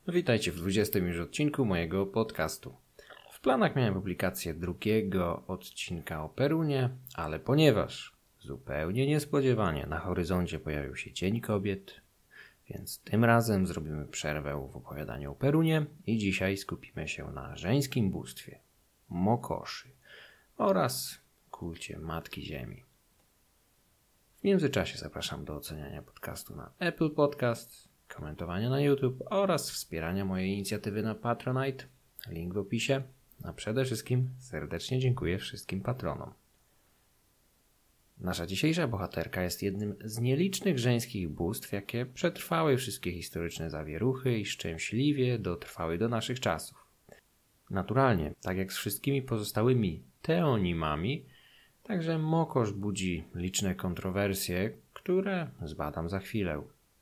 Witajcie w 20. już odcinku mojego podcastu. W planach miałem publikację drugiego odcinka o Perunie, ale ponieważ zupełnie niespodziewanie na horyzoncie pojawił się Dzień Kobiet, więc tym razem zrobimy przerwę w opowiadaniu o Perunie i dzisiaj skupimy się na żeńskim bóstwie Mokoszy oraz kulcie Matki Ziemi. W międzyczasie zapraszam do oceniania podcastu na Apple Podcast, komentowania na YouTube oraz wspierania mojej inicjatywy na Patronite. Link w opisie. A przede wszystkim serdecznie dziękuję wszystkim patronom. Nasza dzisiejsza bohaterka jest jednym z nielicznych żeńskich bóstw, jakie przetrwały wszystkie historyczne zawieruchy i szczęśliwie dotrwały do naszych czasów. Naturalnie, tak jak z wszystkimi pozostałymi teonimami, także Mokosz budzi liczne kontrowersje, które zbadam za chwilę.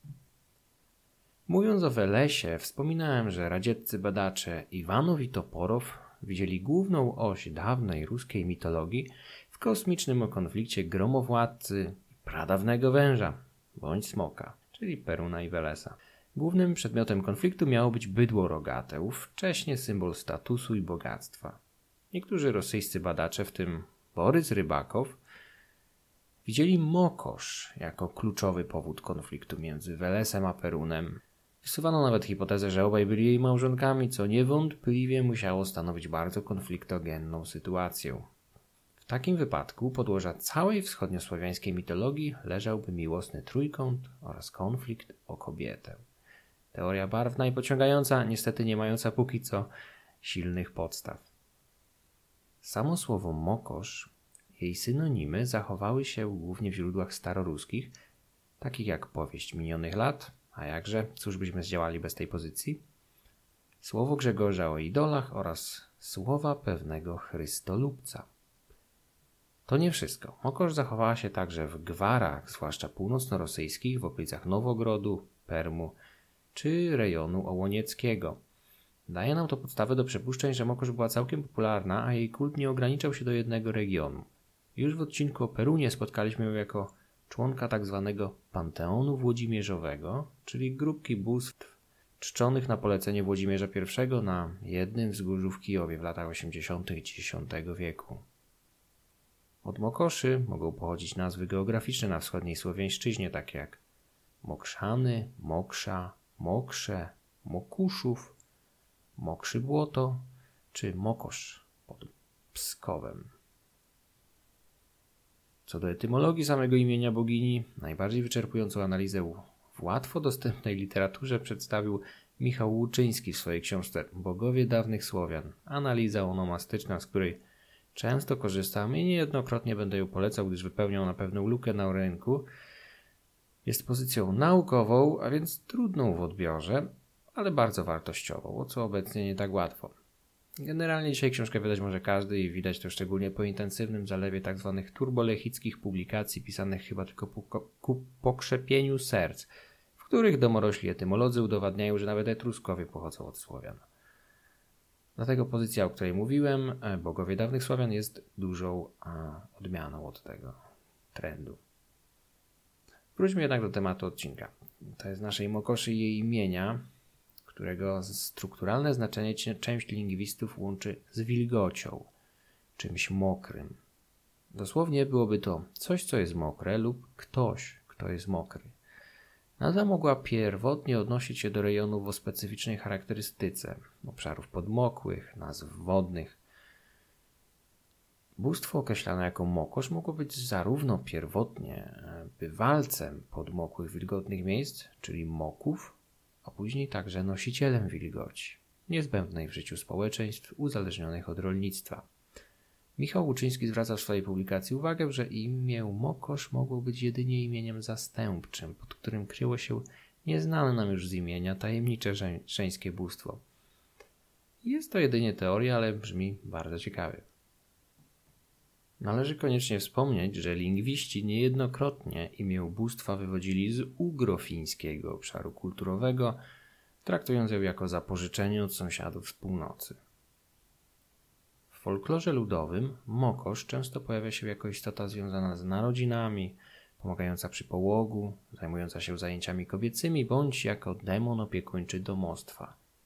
Mówiąc o Welesie, wspominałem, że radzieccy badacze Iwanow i Toporow widzieli główną oś dawnej ruskiej mitologii w kosmicznym konflikcie gromowładcy i pradawnego węża, bądź smoka, czyli Peruna i Welesa. Głównym przedmiotem konfliktu miało być bydło rogate, ówcześnie symbol statusu i bogactwa. Niektórzy rosyjscy badacze, w tym Borys Rybakow, widzieli Mokosz jako kluczowy powód konfliktu między Welesem a Perunem. Wysuwano nawet hipotezę, że obaj byli jej małżonkami, co niewątpliwie musiało stanowić bardzo konfliktogenną sytuację. W takim wypadku u podłoża całej wschodniosłowiańskiej mitologii leżałby miłosny trójkąt oraz konflikt o kobietę. Teoria barwna i pociągająca, niestety nie mająca póki co silnych podstaw. Samo słowo Mokosz, jej synonimy zachowały się głównie w źródłach staroruskich, takich jak powieść minionych lat, a jakże, cóż byśmy zdziałali bez tej pozycji? Słowo Grzegorza o idolach oraz słowa pewnego Chrystolubca. To nie wszystko. Mokosz zachowała się także w gwarach, zwłaszcza północno-rosyjskich, w okolicach Nowogrodu, Permu czy rejonu Ołonieckiego. Daje nam to podstawę do przypuszczeń, że Mokosz była całkiem popularna, a jej kult nie ograniczał się do jednego regionu. Już w odcinku o Perunie spotkaliśmy ją jako członka tzw. Panteonu Włodzimierzowego, czyli grupki bóstw czczonych na polecenie Włodzimierza I na jednym wzgórzu w Kijowie w latach 80. X wieku. Od Mokoszy mogą pochodzić nazwy geograficzne na wschodniej Słowiańszczyźnie, takie jak Mokrzany, Moksza, Mokrze, Mokuszów, Mokrzy Błoto czy Mokosz pod Pskowem. Co do etymologii samego imienia bogini, najbardziej wyczerpującą analizę w łatwo dostępnej literaturze przedstawił Michał Łuczyński w swojej książce Bogowie dawnych Słowian. Analiza onomastyczna, z której często korzystam i niejednokrotnie będę ją polecał, gdyż wypełniał na pewną lukę na rynku. Jest pozycją naukową, a więc trudną w odbiorze, ale bardzo wartościową, o co obecnie nie tak łatwo. Generalnie dzisiaj książkę wydać może każdy i widać to szczególnie po intensywnym zalewie tzw. turbolechickich publikacji pisanych chyba tylko ku pokrzepieniu serc, w których domorośli etymolodzy udowadniają, że nawet Etruskowie pochodzą od Słowian. Dlatego pozycja, o której mówiłem, Bogowie dawnych Słowian, jest dużą odmianą od tego trendu. Wróćmy jednak do tematu odcinka. To jest naszej Mokoszy i jej imienia, którego strukturalne znaczenie część lingwistów łączy z wilgocią, czymś mokrym. Dosłownie byłoby to coś, co jest mokre lub ktoś, kto jest mokry. Nazwa mogła pierwotnie odnosić się do rejonów o specyficznej charakterystyce, obszarów podmokłych, nazw wodnych. Bóstwo określane jako Mokosz mogło być zarówno pierwotnie bywalcem podmokłych, wilgotnych miejsc, czyli moków, a później także nosicielem wilgoci, niezbędnej w życiu społeczeństw uzależnionych od rolnictwa. Michał Łuczyński zwraca w swojej publikacji uwagę, że imię Mokosz mogło być jedynie imieniem zastępczym, pod którym kryło się nieznane nam już z imienia tajemnicze żeńskie bóstwo. Jest to jedynie teoria, ale brzmi bardzo ciekawie. Należy koniecznie wspomnieć, że lingwiści niejednokrotnie imię bóstwa wywodzili z ugrofińskiego obszaru kulturowego, traktując ją jako zapożyczenie od sąsiadów z północy. W folklorze ludowym Mokosz często pojawia się jako istota związana z narodzinami, pomagająca przy połogu, zajmująca się zajęciami kobiecymi bądź jako demon opiekuńczy domostwa,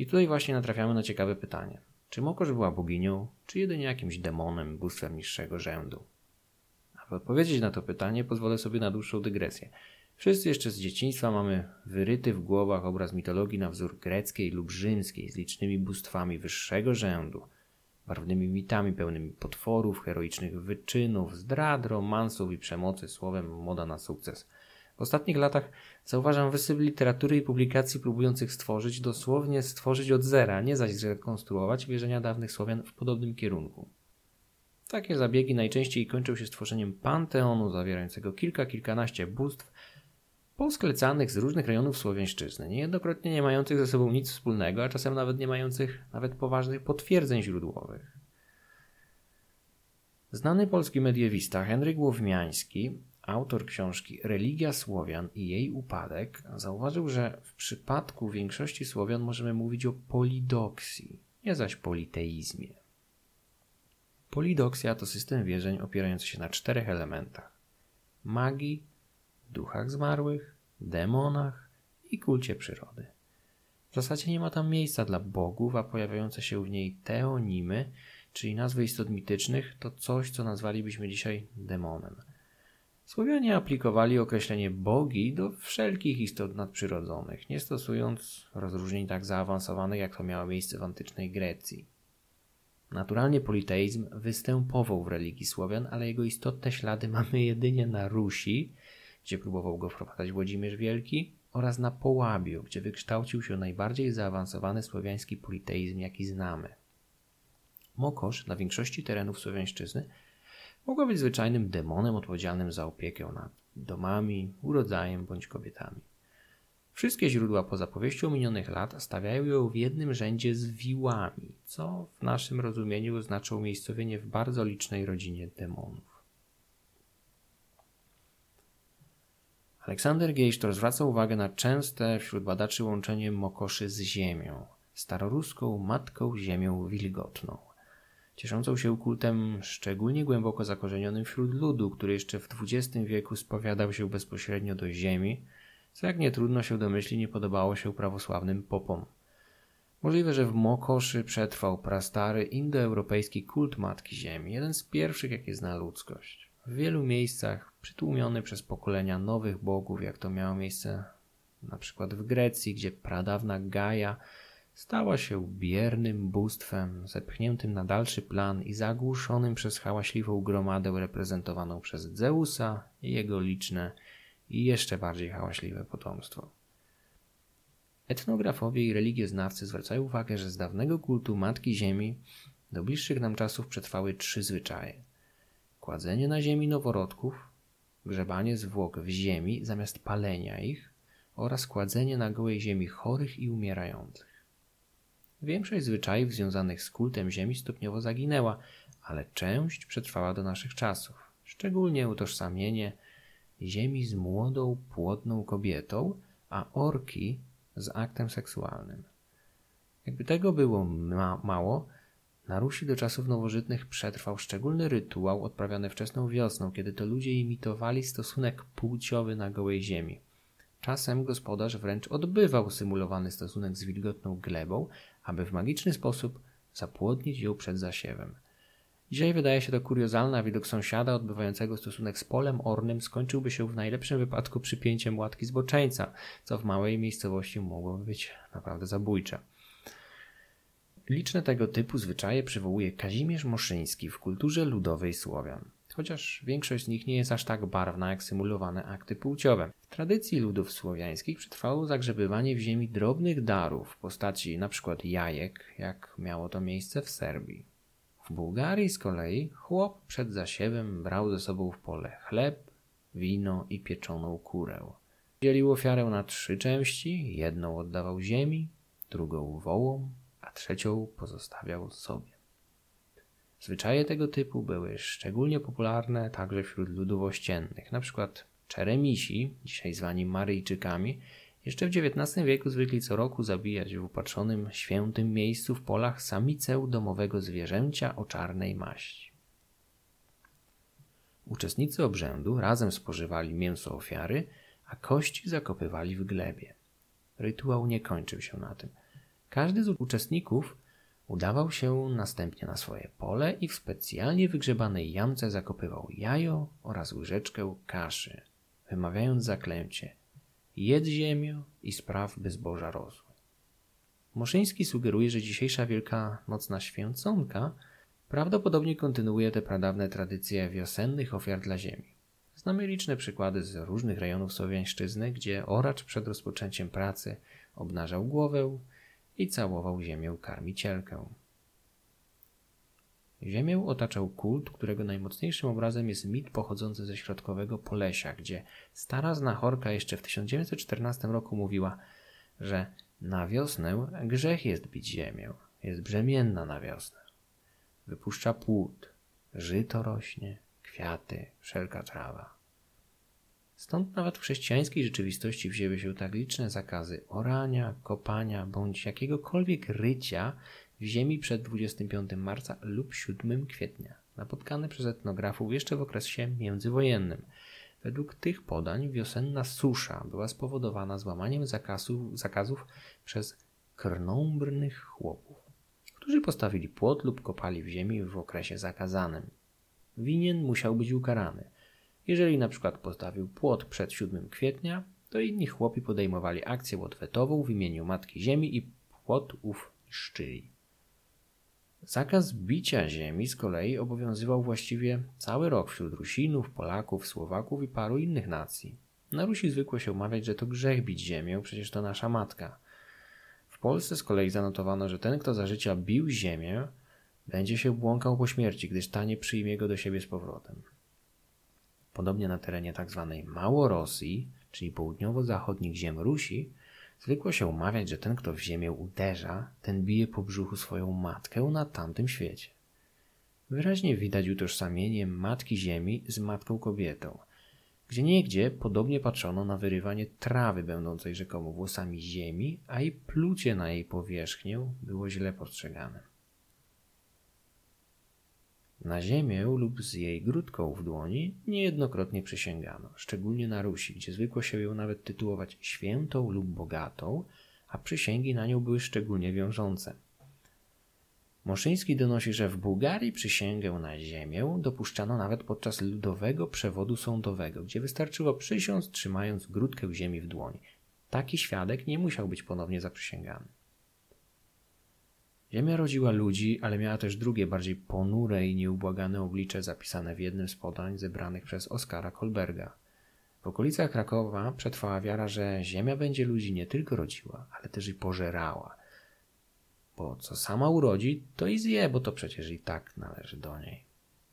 I tutaj właśnie natrafiamy na ciekawe pytanie. Czy Mokosz była boginią, czy jedynie jakimś demonem, bóstwem niższego rzędu? Aby odpowiedzieć na to pytanie, pozwolę sobie na dłuższą dygresję. Wszyscy jeszcze z dzieciństwa mamy wyryty w głowach obraz mitologii na wzór greckiej lub rzymskiej z licznymi bóstwami wyższego rzędu, barwnymi mitami pełnymi potworów, heroicznych wyczynów, zdrad, romansów i przemocy, słowem moda na sukces. W ostatnich latach zauważam wysyp literatury i publikacji próbujących dosłownie stworzyć od zera, nie zaś zrekonstruować wierzenia dawnych Słowian w podobnym kierunku. Takie zabiegi najczęściej kończą się stworzeniem panteonu zawierającego kilkanaście bóstw posklecanych z różnych rejonów słowiańszczyzny, niejednokrotnie nie mających ze sobą nic wspólnego, a czasem nawet nie mających nawet poważnych potwierdzeń źródłowych. Znany polski mediewista Henryk Łowmiański, autor książki Religia Słowian i jej upadek, zauważył, że w przypadku większości Słowian możemy mówić o polidoksji, nie zaś politeizmie. Polidoksja to system wierzeń opierający się na 4 elementach: magii, duchach zmarłych, demonach i kulcie przyrody. W zasadzie nie ma tam miejsca dla bogów, a pojawiające się w niej teonimy, czyli nazwy istot mitycznych, to coś, co nazwalibyśmy dzisiaj demonem. Słowianie aplikowali określenie bogi do wszelkich istot nadprzyrodzonych, nie stosując rozróżnień tak zaawansowanych, jak to miało miejsce w antycznej Grecji. Naturalnie politeizm występował w religii Słowian, ale jego istotne ślady mamy jedynie na Rusi, gdzie próbował go wprowadzać Włodzimierz Wielki, oraz na Połabiu, gdzie wykształcił się najbardziej zaawansowany słowiański politeizm, jaki znamy. Mokosz na większości terenów słowiańszczyzny mogła być zwyczajnym demonem odpowiedzialnym za opiekę nad domami, urodzajem bądź kobietami. Wszystkie źródła poza powieścią minionych lat stawiają ją w jednym rzędzie z wiłami, co w naszym rozumieniu oznacza umiejscowienie w bardzo licznej rodzinie demonów. Aleksander Geisztor zwraca uwagę na częste wśród badaczy łączenie Mokoszy z ziemią, staroruską matką ziemią wilgotną, cieszącą się kultem szczególnie głęboko zakorzenionym wśród ludu, który jeszcze w XX wieku spowiadał się bezpośrednio do ziemi, co jak nie trudno się domyślić nie podobało się prawosławnym popom. Możliwe, że w Mokoszy przetrwał prastary indoeuropejski kult Matki Ziemi, jeden z pierwszych, jakie zna ludzkość. W wielu miejscach przytłumiony przez pokolenia nowych bogów, jak to miało miejsce na przykład w Grecji, gdzie pradawna Gaja stała się biernym bóstwem, zepchniętym na dalszy plan i zagłuszonym przez hałaśliwą gromadę reprezentowaną przez Zeusa i jego liczne i jeszcze bardziej hałaśliwe potomstwo. Etnografowie i religioznawcy zwracają uwagę, że z dawnego kultu Matki Ziemi do bliższych nam czasów przetrwały 3 zwyczaje: kładzenie na ziemi noworodków, grzebanie zwłok w ziemi zamiast palenia ich oraz kładzenie na gołej ziemi chorych i umierających. Większość zwyczajów związanych z kultem ziemi stopniowo zaginęła, ale część przetrwała do naszych czasów, szczególnie utożsamienie ziemi z młodą, płodną kobietą, a orki z aktem seksualnym. Jakby tego było mało, na Rusi do czasów nowożytnych przetrwał szczególny rytuał odprawiany wczesną wiosną, kiedy to ludzie imitowali stosunek płciowy na gołej ziemi. Czasem gospodarz wręcz odbywał symulowany stosunek z wilgotną glebą, aby w magiczny sposób zapłodnić ją przed zasiewem. Dzisiaj wydaje się to kuriozalne, a widok sąsiada odbywającego stosunek z polem ornym skończyłby się w najlepszym wypadku przypięciem łatki zboczeńca, co w małej miejscowości mogłoby być naprawdę zabójcze. Liczne tego typu zwyczaje przywołuje Kazimierz Moszyński w kulturze ludowej Słowian, chociaż większość z nich nie jest aż tak barwna jak symulowane akty płciowe. W tradycji ludów słowiańskich przetrwało zagrzebywanie w ziemi drobnych darów w postaci np. jajek, jak miało to miejsce w Serbii. W Bułgarii z kolei chłop przed zasiewem brał ze sobą w pole chleb, wino i pieczoną kurę. Dzielił ofiarę na 3 części, jedną oddawał ziemi, drugą wołom, a trzecią pozostawiał sobie. Zwyczaje tego typu były szczególnie popularne także wśród ludów ościennych, np. Czeremisi, dzisiaj zwani Maryjczykami, jeszcze w XIX wieku zwykli co roku zabijać w upatrzonym świętym miejscu w polach samicę domowego zwierzęcia o czarnej maści. Uczestnicy obrzędu razem spożywali mięso ofiary, a kości zakopywali w glebie. Rytuał nie kończył się na tym. Każdy z uczestników udawał się następnie na swoje pole i w specjalnie wygrzebanej jamce zakopywał jajo oraz łyżeczkę kaszy, wymawiając zaklęcie: jedz ziemio i spraw, by zboża rosły. Moszyński sugeruje, że dzisiejsza wielkanocna święconka prawdopodobnie kontynuuje te pradawne tradycje wiosennych ofiar dla ziemi. Znamy liczne przykłady z różnych rejonów Słowiańszczyzny, gdzie oracz przed rozpoczęciem pracy obnażał głowę i całował ziemię karmicielkę. Ziemię otaczał kult, którego najmocniejszym obrazem jest mit pochodzący ze środkowego Polesia, gdzie stara znachorka jeszcze w 1914 roku mówiła, że na wiosnę grzech jest bić ziemię, jest brzemienna na wiosnę. Wypuszcza płód, żyto rośnie, kwiaty, wszelka trawa. Stąd nawet w chrześcijańskiej rzeczywistości wzięły się tak liczne zakazy orania, kopania bądź jakiegokolwiek rycia w ziemi przed 25 marca lub 7 kwietnia, napotkane przez etnografów jeszcze w okresie międzywojennym. Według tych podań wiosenna susza była spowodowana złamaniem zakazów przez krnąbrnych chłopów, którzy postawili płot lub kopali w ziemi w okresie zakazanym. Winien musiał być ukarany. Jeżeli na przykład postawił płot przed 7 kwietnia, to inni chłopi podejmowali akcję odwetową w imieniu Matki Ziemi i płot ów niszczyli. Zakaz bicia ziemi z kolei obowiązywał właściwie cały rok wśród Rusinów, Polaków, Słowaków i paru innych nacji. Na Rusi zwykło się mawiać, że to grzech bić ziemię, przecież to nasza matka. W Polsce z kolei zanotowano, że ten, kto za życia bił ziemię, będzie się błąkał po śmierci, gdyż ta nie przyjmie go do siebie z powrotem. Podobnie na terenie tzw. Małorosji, czyli południowo-zachodnich ziem Rusi, zwykło się mawiać, że ten, kto w ziemię uderza, ten bije po brzuchu swoją matkę na tamtym świecie. Wyraźnie widać utożsamienie matki ziemi z matką kobietą. Gdzieniegdzie podobnie patrzono na wyrywanie trawy będącej rzekomo włosami ziemi, a i plucie na jej powierzchnię było źle postrzegane. Na ziemię lub z jej grudką w dłoni niejednokrotnie przysięgano, szczególnie na Rusi, gdzie zwykło się ją nawet tytułować świętą lub bogatą, a przysięgi na nią były szczególnie wiążące. Moszyński donosi, że w Bułgarii przysięgę na ziemię dopuszczano nawet podczas ludowego przewodu sądowego, gdzie wystarczyło przysiąc, trzymając grudkę ziemi w dłoni. Taki świadek nie musiał być ponownie zaprzysięgany. Ziemia rodziła ludzi, ale miała też drugie, bardziej ponure i nieubłagane oblicze zapisane w jednym z podań zebranych przez Oskara Kolberga. W okolicach Krakowa przetrwała wiara, że ziemia będzie ludzi nie tylko rodziła, ale też i pożerała. Bo co sama urodzi, to i zje, bo to przecież i tak należy do niej.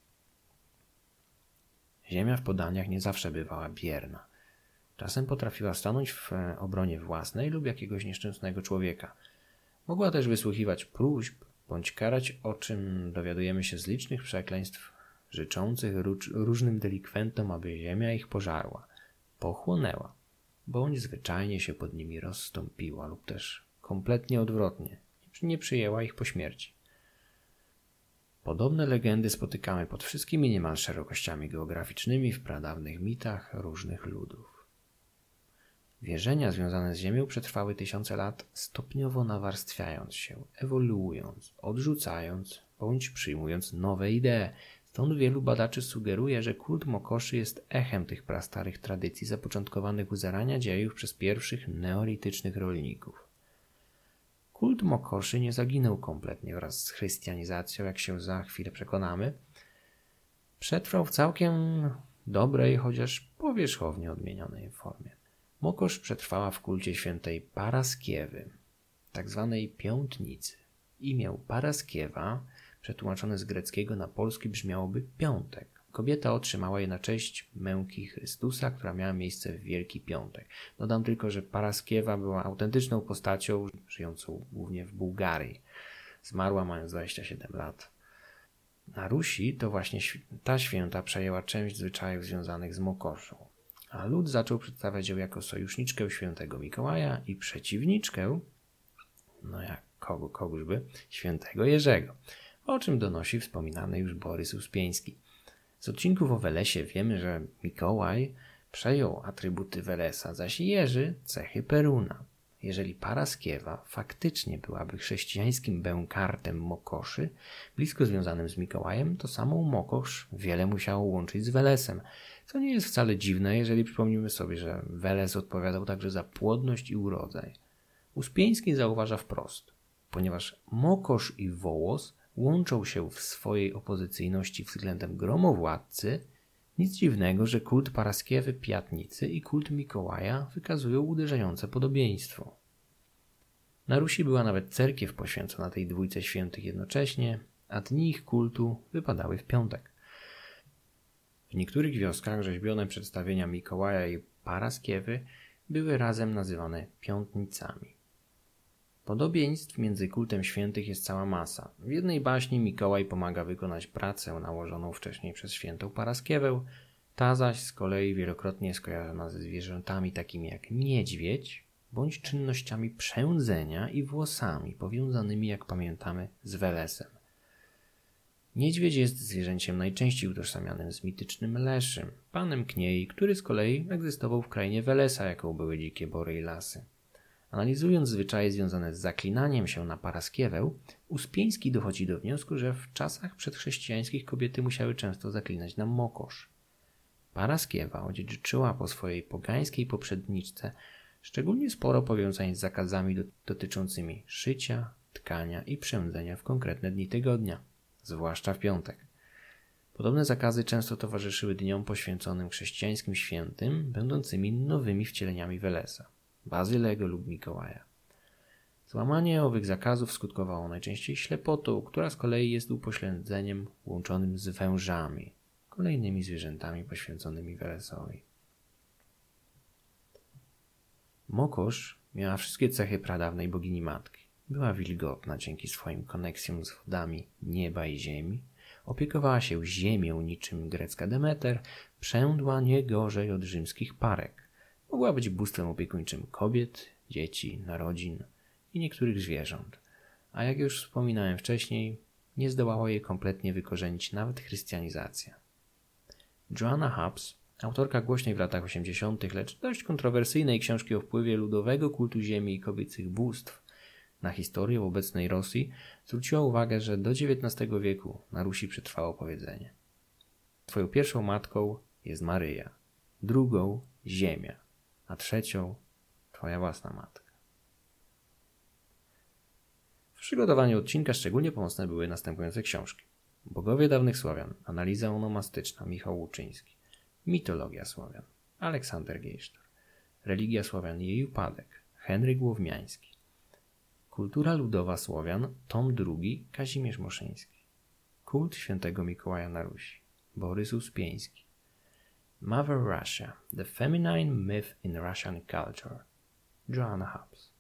Ziemia w podaniach nie zawsze bywała bierna. Czasem potrafiła stanąć w obronie własnej lub jakiegoś nieszczęsnego człowieka. Mogła też wysłuchiwać próśb bądź karać, o czym dowiadujemy się z licznych przekleństw życzących różnym delikwentom, aby ziemia ich pożarła, pochłonęła, bądź zwyczajnie się pod nimi rozstąpiła lub też kompletnie odwrotnie, nie przyjęła ich po śmierci. Podobne legendy spotykamy pod wszystkimi niemal szerokościami geograficznymi w pradawnych mitach różnych ludów. Wierzenia związane z ziemią przetrwały tysiące lat, stopniowo nawarstwiając się, ewoluując, odrzucając bądź przyjmując nowe idee. Stąd wielu badaczy sugeruje, że kult Mokoszy jest echem tych prastarych tradycji zapoczątkowanych u zarania dziejów przez pierwszych neolitycznych rolników. Kult Mokoszy nie zaginął kompletnie wraz z chrystianizacją, jak się za chwilę przekonamy. Przetrwał w całkiem dobrej, chociaż powierzchownie odmienionej formie. Mokosz przetrwała w kulcie świętej Paraskiewy, tak zwanej Piątnicy. Imię Paraskiewa, przetłumaczone z greckiego na polski, brzmiałoby piątek. Kobieta otrzymała je na cześć męki Chrystusa, która miała miejsce w Wielki Piątek. Dodam tylko, że Paraskiewa była autentyczną postacią żyjącą głównie w Bułgarii. Zmarła mając 27 lat. Na Rusi to właśnie ta święta przejęła część zwyczajów związanych z Mokoszą. A lud zaczął przedstawiać ją jako sojuszniczkę świętego Mikołaja i przeciwniczkę, no jak kogóżby, świętego Jerzego, o czym donosi wspominany już Borys Uspieński. Z odcinków o Welesie wiemy, że Mikołaj przejął atrybuty Welesa, zaś Jerzy cechy Peruna. jeżeli Paraskiewa faktycznie byłaby chrześcijańskim bękartem Mokoszy, blisko związanym z Mikołajem, to samą Mokosz wiele musiało łączyć z Welesem, co nie jest wcale dziwne, jeżeli przypomnimy sobie, że Weles odpowiadał także za płodność i urodzaj. Uspieński zauważa wprost, ponieważ Mokosz i Wołos łączą się w swojej opozycyjności względem gromowładcy, nic dziwnego, że kult Paraskiewy Piatnicy i kult Mikołaja wykazują uderzające podobieństwo. Na Rusi była nawet cerkiew poświęcona tej dwójce świętych jednocześnie, a dni ich kultu wypadały w piątek. W niektórych wioskach rzeźbione przedstawienia Mikołaja i Paraskiewy były razem nazywane piątnicami. Podobieństw między kultem świętych jest cała masa. W jednej baśni Mikołaj pomaga wykonać pracę nałożoną wcześniej przez świętą Paraskiewę, ta zaś z kolei wielokrotnie jest skojarzona ze zwierzętami takimi jak niedźwiedź, bądź czynnościami przędzenia i włosami powiązanymi, jak pamiętamy, z Welesem. Niedźwiedź jest zwierzęciem najczęściej utożsamianym z mitycznym Leszym, panem Kniei, który z kolei egzystował w krainie Welesa, jaką były dzikie bory i lasy. Analizując zwyczaje związane z zaklinaniem się na Paraskiewę, Uspieński dochodzi do wniosku, że w czasach przedchrześcijańskich kobiety musiały często zaklinać na Mokosz. Paraskiewa odziedziczyła po swojej pogańskiej poprzedniczce szczególnie sporo powiązań z zakazami dotyczącymi szycia, tkania i przędzenia w konkretne dni tygodnia, zwłaszcza w piątek. Podobne zakazy często towarzyszyły dniom poświęconym chrześcijańskim świętym, będącymi nowymi wcieleniami Welesa, Bazylego lub Mikołaja. Złamanie owych zakazów skutkowało najczęściej ślepotą, która z kolei jest upośledzeniem łączonym z wężami, kolejnymi zwierzętami poświęconymi Welesowi. Mokosz miała wszystkie cechy pradawnej bogini matki. Była wilgotna dzięki swoim koneksjom z wodami nieba i ziemi, opiekowała się ziemią niczym grecka Demeter, przędła nie gorzej od rzymskich parek. Mogła być bóstwem opiekuńczym kobiet, dzieci, narodzin i niektórych zwierząt, a jak już wspominałem wcześniej, nie zdołała jej kompletnie wykorzenić nawet chrystianizacja. Joanna Hubbs, autorka głośnej w latach 80., lecz dość kontrowersyjnej książki o wpływie ludowego kultu ziemi i kobiecych bóstw na historię obecnej Rosji, zwróciła uwagę, że do XIX wieku na Rusi przetrwało powiedzenie: Twoją pierwszą matką jest Maryja, drugą ziemia, a trzecią Twoja własna matka. W przygotowaniu odcinka szczególnie pomocne były następujące książki: Bogowie dawnych Słowian, analiza onomastyczna, Michał Łuczyński; Mitologia Słowian, Aleksander Gejsztor; Religia Słowian i jej upadek, Henryk Łowmiański; Kultura ludowa Słowian, tom 2, Kazimierz Moszyński; Kult świętego Mikołaja na Rusi, Borys Uspieński; Mother Russia, The Feminine Myth in Russian Culture, Joanna Hubbs.